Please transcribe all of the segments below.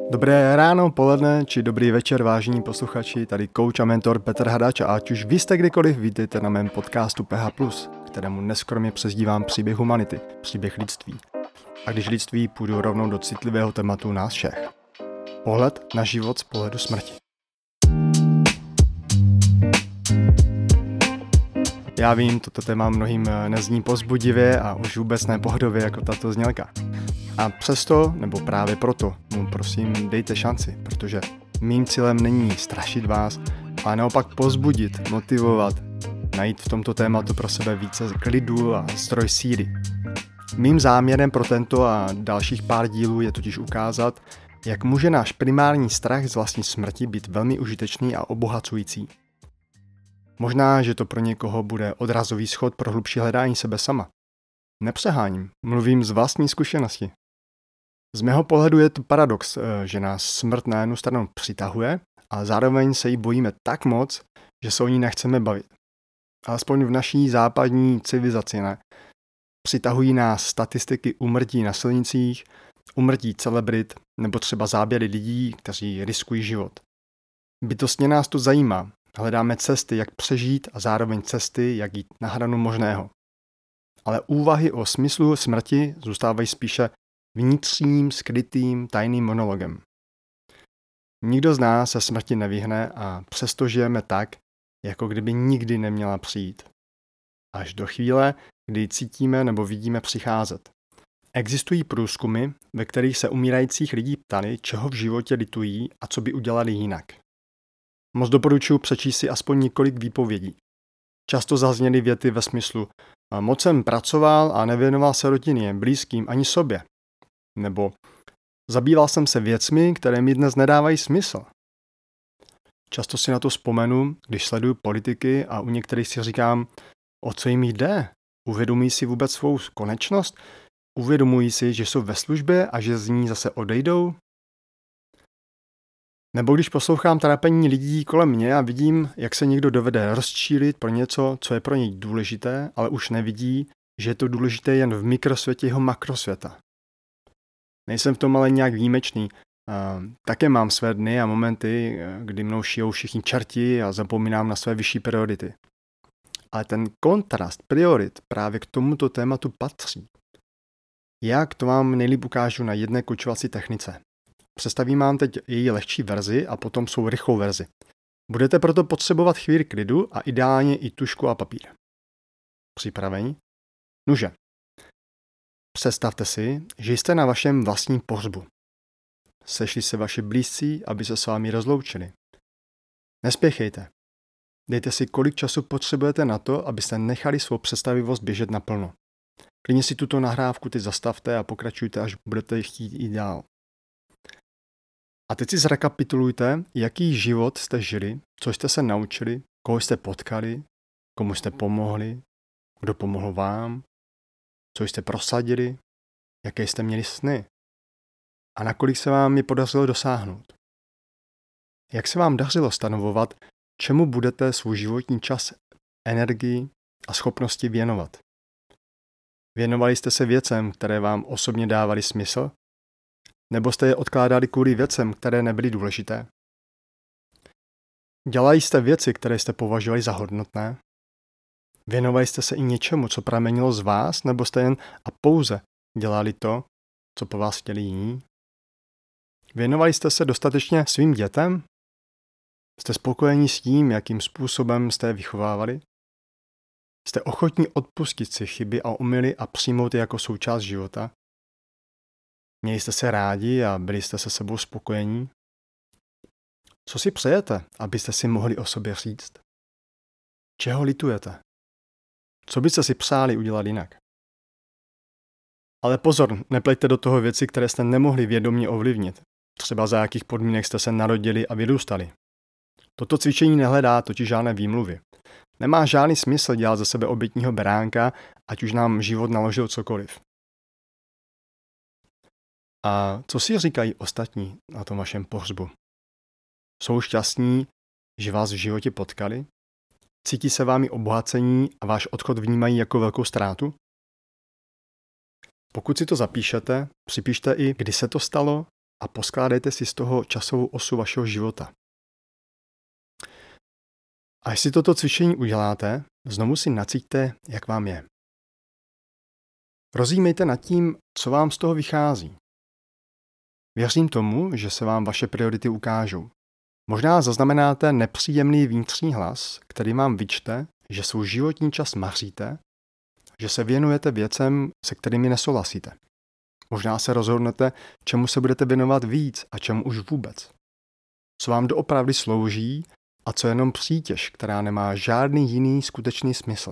Dobré ráno, poledne či dobrý večer, vážení posluchači, tady coach a mentor Petr Hadač a ať už vy jste kdykoliv, vítejte na mém podcastu PH+, kterému neskromně přezdívám příběh humanity, příběh lidství. A když lidství, půjdu rovnou do citlivého tématu nás všech. Pohled na život z pohledu smrti. Já vím, toto téma mnohým nezní povzbudivě a už vůbec ne pohodově jako tato znělka. A přesto, nebo právě proto, mu prosím dejte šanci, protože mým cílem není strašit vás, ale naopak povzbudit, motivovat, najít v tomto tématu pro sebe více klidu a zdroj síly. Mým záměrem pro tento a dalších pár dílů je totiž ukázat, jak může náš primární strach z vlastní smrti být velmi užitečný a obohacující. Možná, že to pro někoho bude odrazový schod pro hlubší hledání sebe sama. Nepřeháním, mluvím z vlastní zkušenosti. Z mého pohledu je to paradox, že nás smrt na jednu stranu přitahuje, ale zároveň se jí bojíme tak moc, že se o ní nechceme bavit. Alespoň v naší západní civilizaci ne. Přitahují nás statistiky úmrtí na silnicích, úmrtí celebrit nebo třeba záběry lidí, kteří riskují život. Bytostně nás to zajímá. Hledáme cesty, jak přežít a zároveň cesty, jak jít na hranu možného. Ale úvahy o smyslu smrti zůstávají spíše vnitřním, skrytým, tajným monologem. Nikdo z nás se smrti nevyhne a přesto žijeme tak, jako kdyby nikdy neměla přijít. Až do chvíle, kdy ji cítíme nebo vidíme přicházet. Existují průzkumy, ve kterých se umírajících lidí ptali, čeho v životě litují a co by udělali jinak. Moc doporučuji přečíst si aspoň několik výpovědí. Často zazněly věty ve smyslu moc jsem pracoval a nevěnoval se rodině, blízkým ani sobě. Nebo zabýval jsem se věcmi, které mi dnes nedávají smysl. Často si na to vzpomenu, když sleduju politiky a u některých si říkám, o co jim jde? Uvědomují si vůbec svou konečnost? Uvědomují si, že jsou ve službě a že z ní zase odejdou? Nebo když poslouchám trápení lidí kolem mě a vidím, jak se někdo dovede rozčílit pro něco, co je pro něj důležité, ale už nevidí, že je to důležité jen v mikrosvětě jeho makrosvěta. Nejsem v tom ale nějak výjimečný. Také mám své dny a momenty, kdy mnou šijou všichni čerti a zapomínám na své vyšší priority. Ale ten kontrast priorit právě k tomuto tématu patří. Jak to vám nejlíp ukážu na jedné koučovací technice. Představím vám teď její lehčí verzi a potom svou rychlou verzi. Budete proto potřebovat chvíli klidu a ideálně i tužku a papír. Připraveni? Nuže. Představte si, že jste na vašem vlastním pohřbu. Sešli se vaši blízcí, aby se s vámi rozloučili. Nespěchejte. Dejte si, kolik času potřebujete na to, abyste nechali svou představivost běžet naplno. Klidně si tuto nahrávku teď zastavte a pokračujte, až budete chtít jít dál. A teď si zrekapitulujte, jaký život jste žili, co jste se naučili, koho jste potkali, komu jste pomohli, kdo pomohl vám, co jste prosadili, jaké jste měli sny a nakolik se vám je podařilo dosáhnout. Jak se vám dařilo stanovovat, čemu budete svůj životní čas, energii a schopnosti věnovat. Věnovali jste se věcem, které vám osobně dávaly smysl, nebo jste je odkládali kvůli věcem, které nebyly důležité? Dělali jste věci, které jste považovali za hodnotné? Věnovali jste se i něčemu, co pramenilo z vás, nebo jste jen a pouze dělali to, co po vás chtěli jiní? Věnovali jste se dostatečně svým dětem? Jste spokojení s tím, jakým způsobem jste je vychovávali? Jste ochotní odpustit si chyby a omyly a přijmout je jako součást života? Měli jste se rádi a byli jste se sebou spokojení? Co si přejete, abyste si mohli o sobě říct? Čeho litujete? Co byste si přáli udělat jinak? Ale pozor, nepleťte do toho věci, které jste nemohli vědomě ovlivnit. Třeba za jakých podmínek jste se narodili a vyrůstali. Toto cvičení nehledá totiž žádné výmluvy. Nemá žádný smysl dělat ze sebe obětního beránka, ať už nám život naložil cokoliv. A co si říkají ostatní na tom vašem pohřbu? Jsou šťastní, že vás v životě potkali? Cítí se vámi obohacení a váš odchod vnímají jako velkou ztrátu? Pokud si to zapíšete, připište i, kdy se to stalo, a poskládejte si z toho časovou osu vašeho života. A až si toto cvičení uděláte, znovu si nacíťte, jak vám je. Rozjímejte nad tím, co vám z toho vychází. Věřím tomu, že se vám vaše priority ukážou. Možná zaznamenáte nepříjemný vnitřní hlas, který vám vyčte, že svůj životní čas maříte, že se věnujete věcem, se kterými nesouhlasíte. Možná se rozhodnete, čemu se budete věnovat víc a čemu už vůbec. Co vám doopravdy slouží a co je jenom přítěž, která nemá žádný jiný skutečný smysl.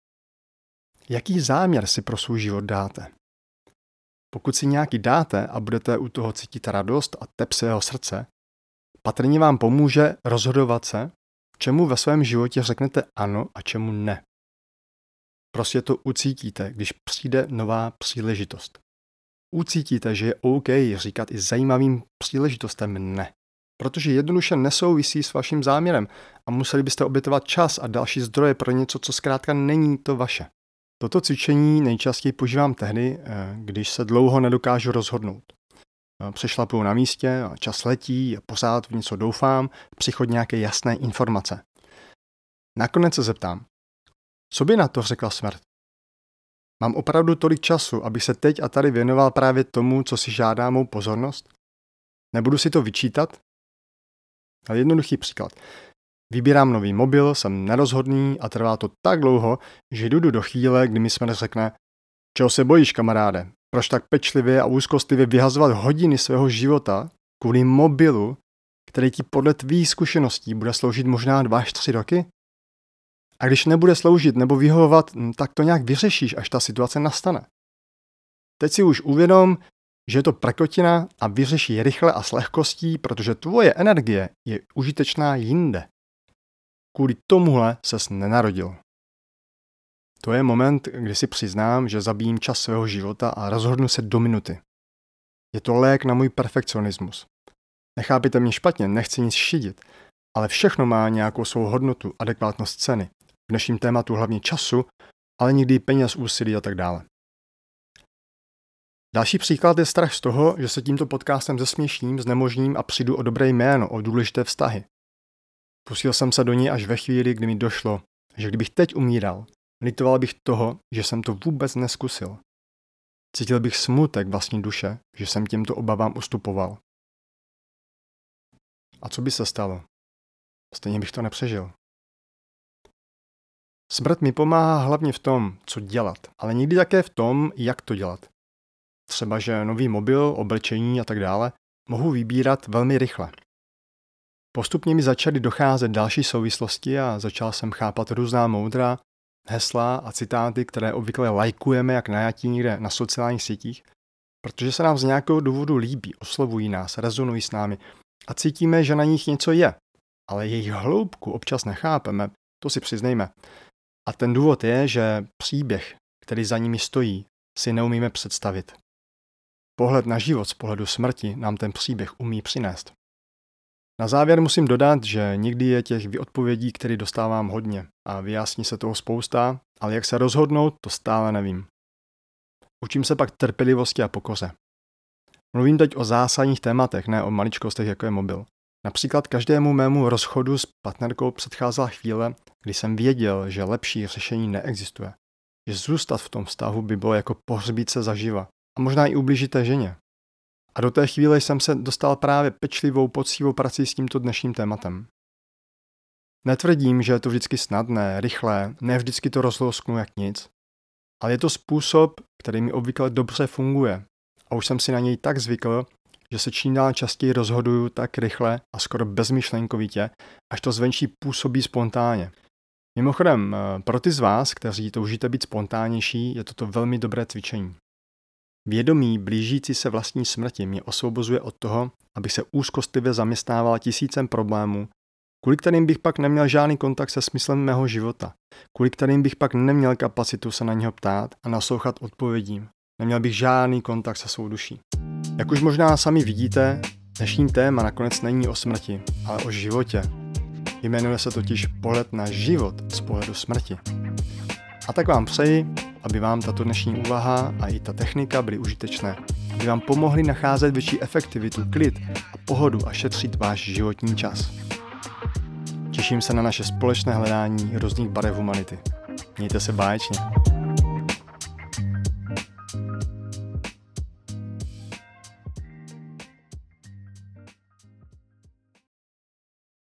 Jaký záměr si pro svůj život dáte? Pokud si nějaký dáte a budete u toho cítit radost a tep svého srdce, patrně vám pomůže rozhodovat se, čemu ve svém životě řeknete ano a čemu ne. Prostě to ucítíte, když přijde nová příležitost. Ucítíte, že je OK říkat i zajímavým příležitostem ne, protože jednoduše nesouvisí s vaším záměrem a museli byste obětovat čas a další zdroje pro něco, co zkrátka není to vaše. Toto cvičení nejčastěji používám tehdy, když se dlouho nedokážu rozhodnout. Přešlapuju na místě a čas letí a pořád v něco doufám, přichodí nějaké jasné informace. Nakonec se zeptám, co by na to řekla smrt? Mám opravdu tolik času, abych se teď a tady věnoval právě tomu, co si žádá mou pozornost? Nebudu si to vyčítat? Ale jednoduchý příklad. Vybírám nový mobil, jsem nerozhodný a trvá to tak dlouho, že jdu do chvíle, kdy mi smrt řekne, čeho se bojíš, kamaráde? Proč tak pečlivě a úzkostlivě vyhazovat hodiny svého života kvůli mobilu, který ti podle tvých zkušeností bude sloužit možná 2 až 3 roky? A když nebude sloužit nebo vyhovovat, tak to nějak vyřešíš, až ta situace nastane. Teď si už uvědom, že je to prkotina a vyřeší rychle a s lehkostí, protože tvoje energie je užitečná jinde. Kvůli tomuhle ses nenarodil. To je moment, kdy si přiznám, že zabijím čas svého života a rozhodnu se do minuty. Je to lék na můj perfekcionismus. Nechápejte mě špatně, nechci nic šidit, ale všechno má nějakou svou hodnotu, adekvátnost ceny. V dnešním tématu hlavně času, ale nikdy peněz, úsilí a tak dále. Další příklad je strach z toho, že se tímto podcastem zesměšním, znemožním a přijdu o dobré jméno, o důležité vztahy. Pustil jsem se do něj až ve chvíli, kdy mi došlo, že kdybych teď umíral, litoval bych toho, že jsem to vůbec neskusil. Cítil bych smutek vlastní duše, že jsem těmto obavám ustupoval. A co by se stalo? Stejně bych to nepřežil. Smrt mi pomáhá hlavně v tom, co dělat, ale někdy také v tom, jak to dělat. Třeba, že nový mobil, oblečení a tak dále mohu vybírat velmi rychle. Postupně mi začaly docházet další souvislosti a začal jsem chápat různá moudra, hesla a citáty, které obvykle lajkujeme jak najatí někde na sociálních sítích, protože se nám z nějakého důvodu líbí, oslovují nás, rezonují s námi a cítíme, že na nich něco je, ale jejich hloubku občas nechápeme, to si přiznejme. A ten důvod je, že příběh, který za nimi stojí, si neumíme představit. Pohled na život z pohledu smrti nám ten příběh umí přinést. Na závěr musím dodat, že někdy je těch odpovědí, které dostávám hodně a vyjasní se toho spousta, ale jak se rozhodnout, to stále nevím. Učím se pak trpělivosti a pokoře. Mluvím teď o zásadních tématech, ne o maličkostech, jako je mobil. Například každému mému rozchodu s partnerkou předcházela chvíle, kdy jsem věděl, že lepší řešení neexistuje. Že zůstat v tom vztahu by bylo jako pohřbít se zaživa a možná i ublížit té ženě. A do té chvíle jsem se dostal právě pečlivou, poctivou prací s tímto dnešním tématem. Netvrdím, že je to vždycky snadné, rychlé, ne vždycky to rozlousknu jak nic, ale je to způsob, který mi obvykle dobře funguje a už jsem si na něj tak zvykl, že se čím dál častěji rozhoduju tak rychle a skoro bezmyšlenkovitě, až to zvenčí působí spontánně. Mimochodem, pro ty z vás, kteří toužíte být spontánnější, je toto velmi dobré cvičení. Vědomí blížící se vlastní smrti mě osvobozuje od toho, abych se úzkostlivě zaměstnával tisícem problémů, kvůli kterým bych pak neměl žádný kontakt se smyslem mého života, kvůli kterým bych pak neměl kapacitu se na něho ptát a naslouchat odpovědím. Neměl bych žádný kontakt se svou duší. Jak už možná sami vidíte, dnešní téma nakonec není o smrti, ale o životě. Jmenuje se totiž pohled na život z pohledu smrti. A tak vám přeji, aby vám tato dnešní úvaha a i ta technika byly užitečné. aby vám pomohly nacházet větší efektivitu, klid a pohodu a šetřit váš životní čas. Těším se na naše společné hledání různých barev humanity. Mějte se báječně.